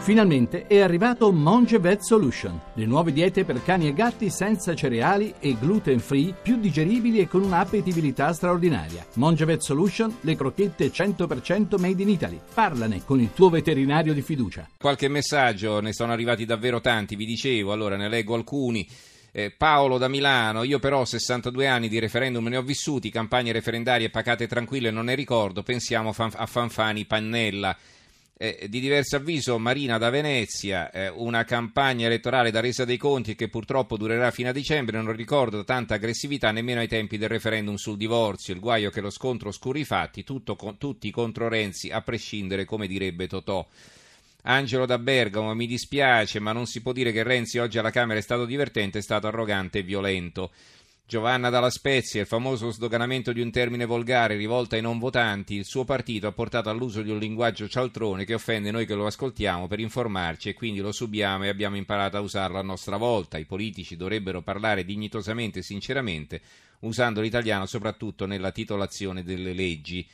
Finalmente è arrivato Monge Vet Solution, le nuove diete per cani e gatti senza cereali e gluten free, più digeribili e con un'appetibilità straordinaria. Monge Vet Solution, le crocchette 100% made in Italy. Parlane con il tuo veterinario di fiducia. Qualche messaggio, ne sono arrivati davvero tanti, vi dicevo, allora ne leggo alcuni. Paolo da Milano: io però ho 62 anni, di referendum ne ho vissuti, campagne referendarie pacate e tranquille non ne ricordo, pensiamo a Fanfani, Pannella. Di diverso avviso Marina da Venezia: una campagna elettorale da resa dei conti che purtroppo durerà fino a dicembre, non ricordo tanta aggressività nemmeno ai tempi del referendum sul divorzio, il guaio che lo scontro oscuri i fatti, tutti contro Renzi a prescindere, come direbbe Totò. Angelo da Bergamo: mi dispiace ma non si può dire che Renzi oggi alla Camera è stato divertente, è stato arrogante e violento. Giovanna dalla Spezia: il famoso sdoganamento di un termine volgare rivolto ai non votanti, il suo partito ha portato all'uso di un linguaggio cialtrone che offende noi che lo ascoltiamo per informarci e quindi lo subiamo e abbiamo imparato a usarlo a nostra volta. I politici dovrebbero parlare dignitosamente e sinceramente, usando l'italiano soprattutto nella titolazione delle leggi.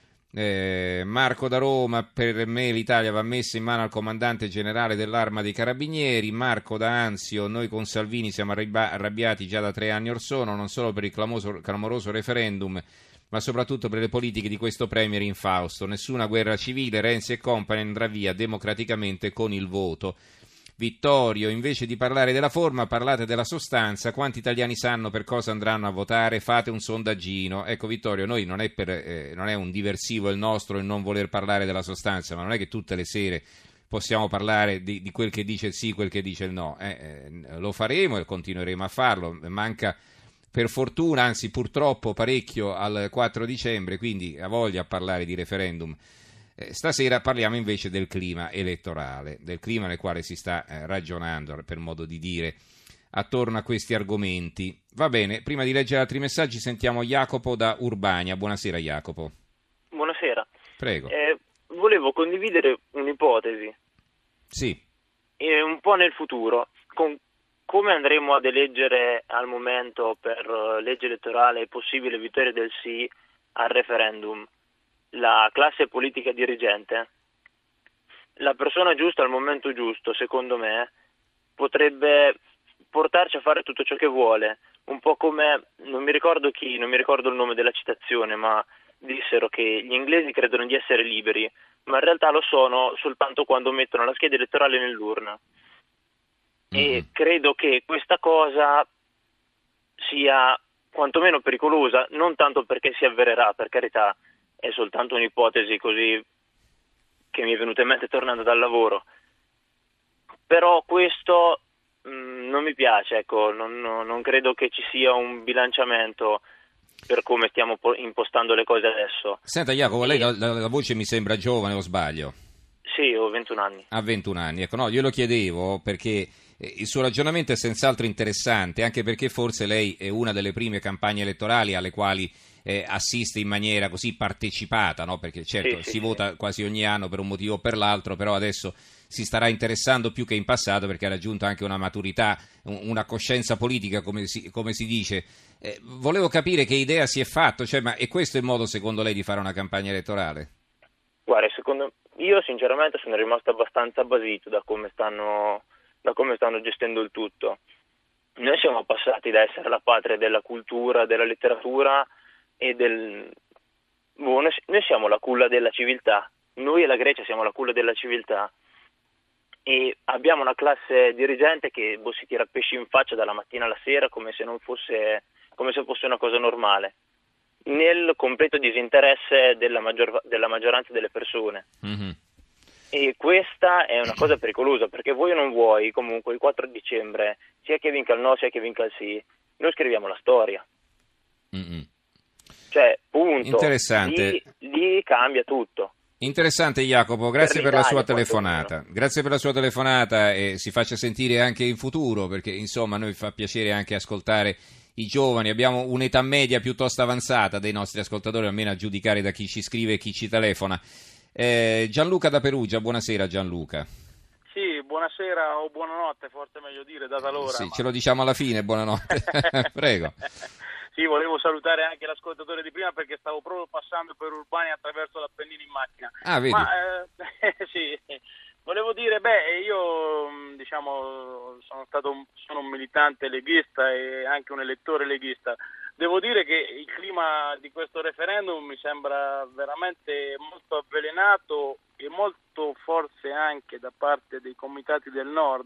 Marco da Roma: per me l'Italia va messa in mano al comandante generale dell'Arma dei Carabinieri. Marco da Anzio: noi con Salvini siamo arrabbiati già da 3 anni or sono, non solo per il clamoroso referendum ma soprattutto per le politiche di questo premier infausto. Nessuna guerra civile, Renzi e compagni andrà via democraticamente con il voto. Vittorio: invece di parlare della forma parlate della sostanza, quanti italiani sanno per cosa andranno a votare? Fate un sondaggino. Ecco Vittorio, noi non è un diversivo il nostro il non voler parlare della sostanza, ma non è che tutte le sere possiamo parlare di quel che dice il sì, quel che dice il no. Lo faremo e continueremo a farlo, manca per fortuna, anzi purtroppo parecchio al 4 dicembre, quindi ha voglia a parlare di referendum. Stasera parliamo invece del clima elettorale, del clima nel quale si sta ragionando, per modo di dire, attorno a questi argomenti. Va bene, prima di leggere altri messaggi sentiamo Jacopo da Urbania. Buonasera Jacopo. Buonasera. Prego. Volevo condividere un'ipotesi. Sì. Un po' nel futuro, con come andremo ad eleggere al momento per legge elettorale possibile vittoria del sì al referendum. La classe politica dirigente, la persona giusta al momento giusto, secondo me, potrebbe portarci a fare tutto ciò che vuole, un po' come, non mi ricordo il nome della citazione, ma dissero che gli inglesi credono di essere liberi, ma in realtà lo sono soltanto quando mettono la scheda elettorale nell'urna. E credo che questa cosa sia quantomeno pericolosa, non tanto perché si avvererà, per carità, è soltanto un'ipotesi così che mi è venuta in mente tornando dal lavoro, però questo non mi piace, ecco, non credo che ci sia un bilanciamento per come stiamo impostando le cose adesso. Senta Jacopo, lei la voce mi sembra giovane o sbaglio? Sì, ho 21 anni. Ha 21 anni, ecco, no, io lo chiedevo perché il suo ragionamento è senz'altro interessante, anche perché forse lei è una delle prime campagne elettorali alle quali assiste in maniera così partecipata, no? Perché certo si vota quasi ogni anno per un motivo o per l'altro, però adesso si starà interessando più che in passato perché ha raggiunto anche una maturità, una coscienza politica, come si dice. Volevo capire che idea si è fatto, cioè, ma è questo il modo secondo lei di fare una campagna elettorale? Guarda, io sinceramente sono rimasto abbastanza basito da come stanno gestendo il tutto. Noi siamo passati da essere la patria della cultura, della letteratura e noi siamo la culla della civiltà. Noi e la Grecia siamo la culla della civiltà e abbiamo una classe dirigente che si tira pesci in faccia dalla mattina alla sera come se fosse una cosa normale, nel completo disinteresse della maggioranza delle persone. Mm-hmm. E questa è una cosa pericolosa, perché vuoi o non vuoi, comunque il 4 dicembre, sia che vinca il no, sia che vinca il sì, noi scriviamo la storia. Mm-hmm. Cioè, punto. Interessante. Lì cambia tutto. Interessante Jacopo, grazie per la sua telefonata. Grazie per la sua telefonata e si faccia sentire anche in futuro, perché insomma a noi fa piacere anche ascoltare i giovani, abbiamo un'età media piuttosto avanzata dei nostri ascoltatori, almeno a giudicare da chi ci scrive e chi ci telefona. Gianluca da Perugia, buonasera Gianluca. Sì, buonasera o buonanotte, forse è meglio dire, data l'ora. Sì, ce lo diciamo alla fine, buonanotte. Prego. Sì, volevo salutare anche l'ascoltatore di prima perché stavo proprio passando per Urbania attraverso l'Appennino in macchina. Ah, vedi? Ma sì, Volevo dire, io sono un militante leghista e anche un elettore leghista. Devo dire che il clima di questo referendum mi sembra veramente molto avvelenato e molto, forse anche da parte dei comitati del no,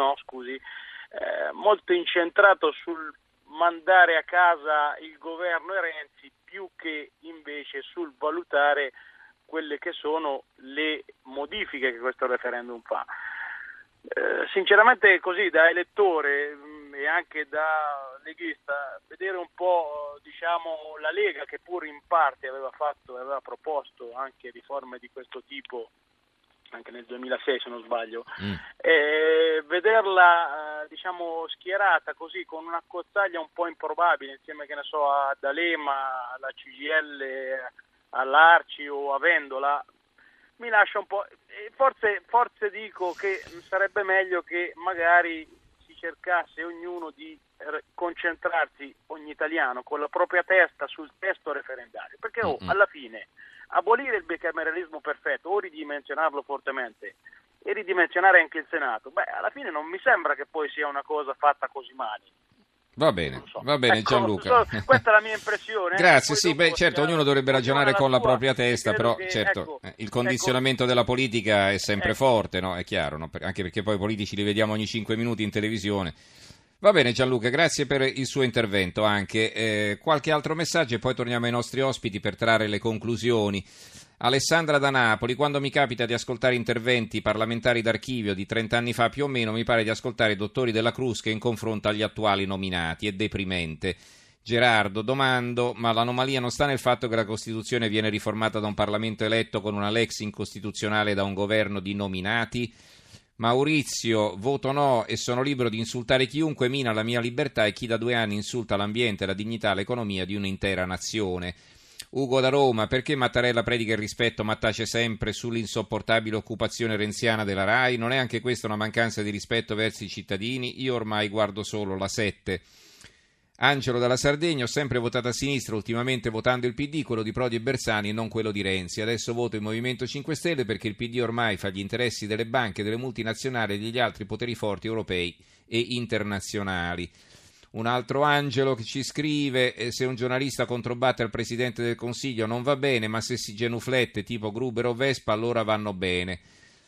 molto incentrato sul mandare a casa il governo e Renzi più che invece sul valutare quelle che sono le modifiche che questo referendum fa. Sinceramente così da elettore e anche da leghista, vedere un po' la Lega, che pure in parte aveva proposto anche riforme di questo tipo anche nel 2006 se non sbaglio, vederla schierata così con una cozzaglia un po' improbabile insieme a D'Alema, alla CGIL, all'Arci o a Vendola, mi lascia un po'. Forse dico che sarebbe meglio che magari si cercasse ognuno di concentrarsi, ogni italiano, con la propria testa sul testo referendario, perché alla fine abolire il bicameralismo perfetto o ridimensionarlo fortemente e ridimensionare anche il Senato, alla fine non mi sembra che poi sia una cosa fatta così male. Va bene, Gianluca. Questa è la mia impressione. Grazie, certo, ognuno dovrebbe ragionare con la propria testa, però certo, il condizionamento della politica è sempre forte, no? È chiaro, no? Anche perché poi i politici li vediamo ogni 5 minuti in televisione. Va bene Gianluca, grazie per il suo intervento anche. Qualche altro messaggio e poi torniamo ai nostri ospiti per trarre le conclusioni. Alessandra da Napoli: quando mi capita di ascoltare interventi parlamentari d'archivio di 30 anni fa più o meno, mi pare di ascoltare dottori della Crusca in confronto agli attuali nominati, è deprimente. Gerardo: domando, ma l'anomalia non sta nel fatto che la Costituzione viene riformata da un Parlamento eletto con una lex incostituzionale da un governo di nominati? Maurizio: voto no e sono libero di insultare chiunque mina la mia libertà e chi da 2 anni insulta l'ambiente, la dignità, l'economia di un'intera nazione. Ugo da Roma: perché Mattarella predica il rispetto ma tace sempre sull'insopportabile occupazione renziana della RAI? Non è anche questa una mancanza di rispetto verso i cittadini? Io ormai guardo solo la 7. Angelo dalla Sardegna: ho sempre votato a sinistra, ultimamente votando il PD, quello di Prodi e Bersani e non quello di Renzi. Adesso voto il Movimento 5 Stelle perché il PD ormai fa gli interessi delle banche, delle multinazionali e degli altri poteri forti europei e internazionali. Un altro Angelo che ci scrive: se un giornalista controbatte al Presidente del Consiglio non va bene, ma se si genuflette tipo Gruber o Vespa allora vanno bene.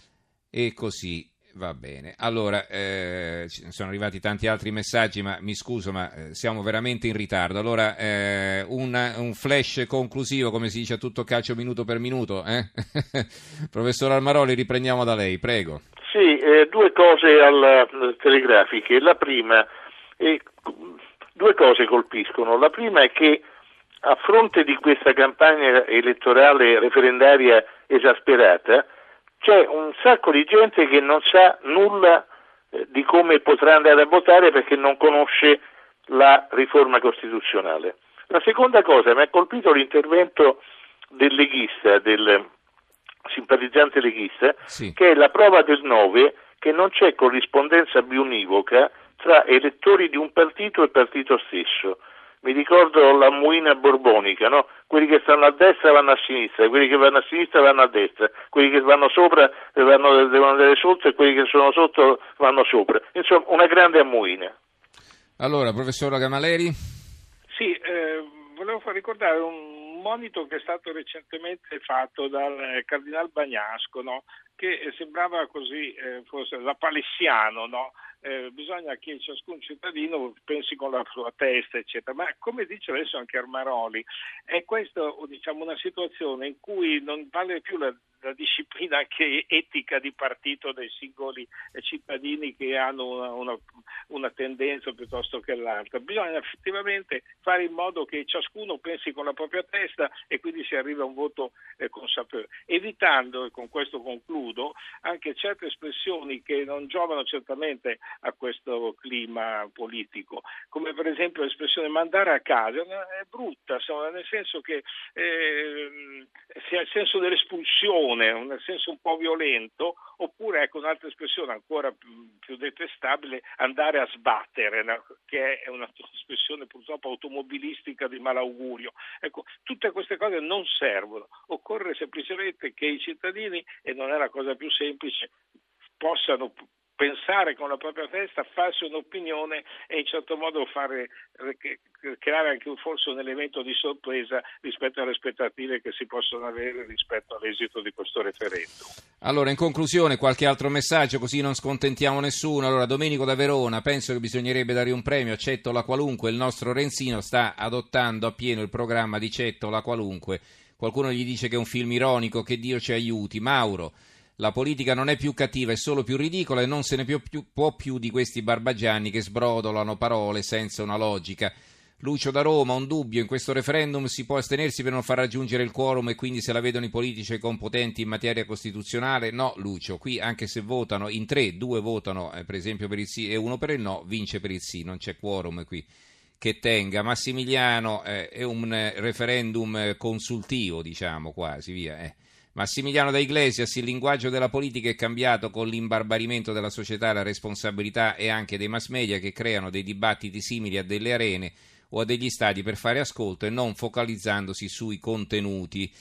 E così va bene. Allora, sono arrivati tanti altri messaggi, ma mi scuso, ma siamo veramente in ritardo. Allora, un flash conclusivo, come si dice a tutto calcio minuto per minuto. Professor Almaroli, riprendiamo da lei, prego. Sì, 2 cose telegrafiche. La prima, 2 cose colpiscono. La prima è che a fronte di questa campagna elettorale referendaria esasperata, c'è un sacco di gente che non sa nulla di come potrà andare a votare perché non conosce la riforma costituzionale. La seconda cosa, mi ha colpito l'intervento del leghista, del simpatizzante leghista, sì, che è la prova del 9 che non c'è corrispondenza biunivoca tra elettori di un partito e il partito stesso. Mi ricordo la muina borbonica, no? Quelli che stanno a destra vanno a sinistra, quelli che vanno a sinistra vanno a destra, quelli che vanno sopra devono andare sotto e quelli che sono sotto vanno sopra. Insomma, una grande ammuina. Allora, professor Gamaleri? Sì, volevo far ricordare un monito che è stato recentemente fatto dal Cardinal Bagnasco, no? Che sembrava così, forse lapalessiano, no? Bisogna che ciascun cittadino pensi con la sua testa, eccetera. Ma come dice adesso anche Armaroli, è questa una situazione in cui non vale più la disciplina anche etica di partito dei singoli cittadini che hanno una tendenza piuttosto che l'altra. Bisogna effettivamente fare in modo che ciascuno pensi con la propria testa e quindi si arriva a un voto consapevole, evitando, e con questo concludo, anche certe espressioni che non giovano certamente a questo clima politico, come per esempio l'espressione mandare a casa. È brutta, nel senso che sia il senso dell'espulsione, nel senso un po' violento, oppure ecco un'altra espressione ancora più detestabile, andare a sbattere, no? Che è una espressione purtroppo automobilistica di malaugurio. Ecco, tutte queste cose non servono, occorre semplicemente che i cittadini, e non è la cosa più semplice, possano pensare con la propria testa, farsi un'opinione e in certo modo creare anche forse un elemento di sorpresa rispetto alle aspettative che si possono avere rispetto all'esito di questo referendum. Allora, in conclusione, qualche altro messaggio, così non scontentiamo nessuno. Allora, Domenico da Verona: penso che bisognerebbe dare un premio a Cettola Qualunque. Il nostro Renzino sta adottando appieno il programma di Cettola Qualunque. Qualcuno gli dice che è un film ironico, che Dio ci aiuti. Mauro: la politica non è più cattiva, è solo più ridicola e non se ne può più di questi barbagianni che sbrodolano parole senza una logica. Lucio da Roma: un dubbio, in questo referendum si può astenersi per non far raggiungere il quorum e quindi se la vedono i politici competenti in materia costituzionale? No, Lucio, qui anche se votano in 3, 2 votano per esempio per il sì e 1 per il no, vince per il sì, non c'è quorum qui che tenga. Massimiliano: è un referendum consultivo, diciamo, quasi, via. Massimiliano da Iglesias: il linguaggio della politica è cambiato con l'imbarbarimento della società e la responsabilità è anche dei mass media che creano dei dibattiti simili a delle arene o a degli stadi per fare ascolto e non focalizzandosi sui contenuti.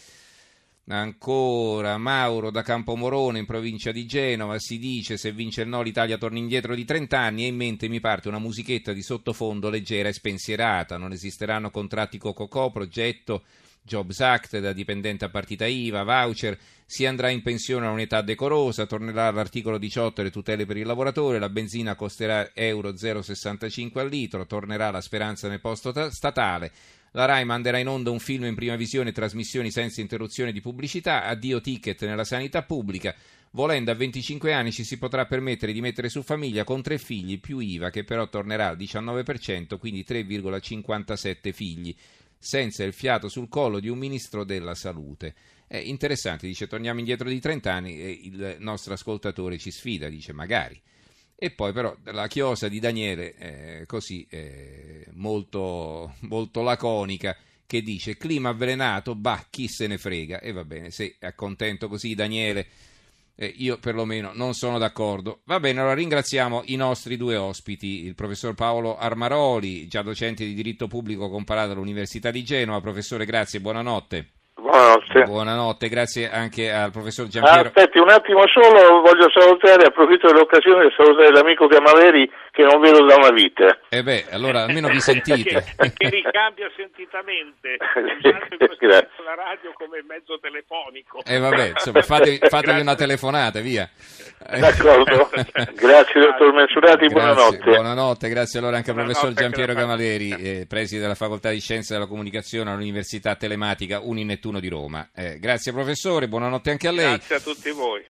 Ancora Mauro da Campomorone in provincia di Genova: si dice se vince il no l'Italia torna indietro di 30 anni e in mente mi parte una musichetta di sottofondo leggera e spensierata. Non esisteranno contratti co-co-co, progetto Jobs Act da dipendente a partita IVA, voucher, si andrà in pensione a un'età decorosa, tornerà l'articolo 18 e le tutele per il lavoratore, la benzina costerà euro 0,65 al litro, tornerà la speranza nel posto statale, la Rai manderà in onda un film in prima visione e trasmissioni senza interruzione di pubblicità, addio ticket nella sanità pubblica, volendo a 25 anni ci si potrà permettere di mettere su famiglia con 3 figli più IVA che però tornerà al 19%, quindi 3,57 figli. Senza il fiato sul collo di un ministro della salute. È interessante, dice, torniamo indietro di 30 anni e il nostro ascoltatore ci sfida, dice magari. E poi però la chiosa di Daniele, molto, molto laconica, che dice clima avvelenato, bah, chi se ne frega. E va bene, se è contento così Daniele, io perlomeno non sono d'accordo. Va bene, allora ringraziamo i nostri 2 ospiti, il professor Paolo Armaroli, già docente di diritto pubblico comparato all'Università di Genova. Professore, grazie, buonanotte. Buonanotte. Buonanotte, grazie anche al professor Giampiero. Aspetti un attimo solo, voglio salutare, approfitto dell'occasione per salutare l'amico Camilleri che non vedo da una vita. Allora almeno vi sentite. che ricambia sentitamente usando la radio come mezzo telefonico. Vabbè, insomma, fategli una telefonata, via. D'accordo, grazie dottor Mensurati, buonanotte. Buonanotte, grazie allora anche al professor Giampiero Camilleri, preside della Facoltà di Scienze della Comunicazione all'Università Telematica Uninettuno di Roma. Grazie professore, buonanotte anche a lei. Grazie a tutti voi.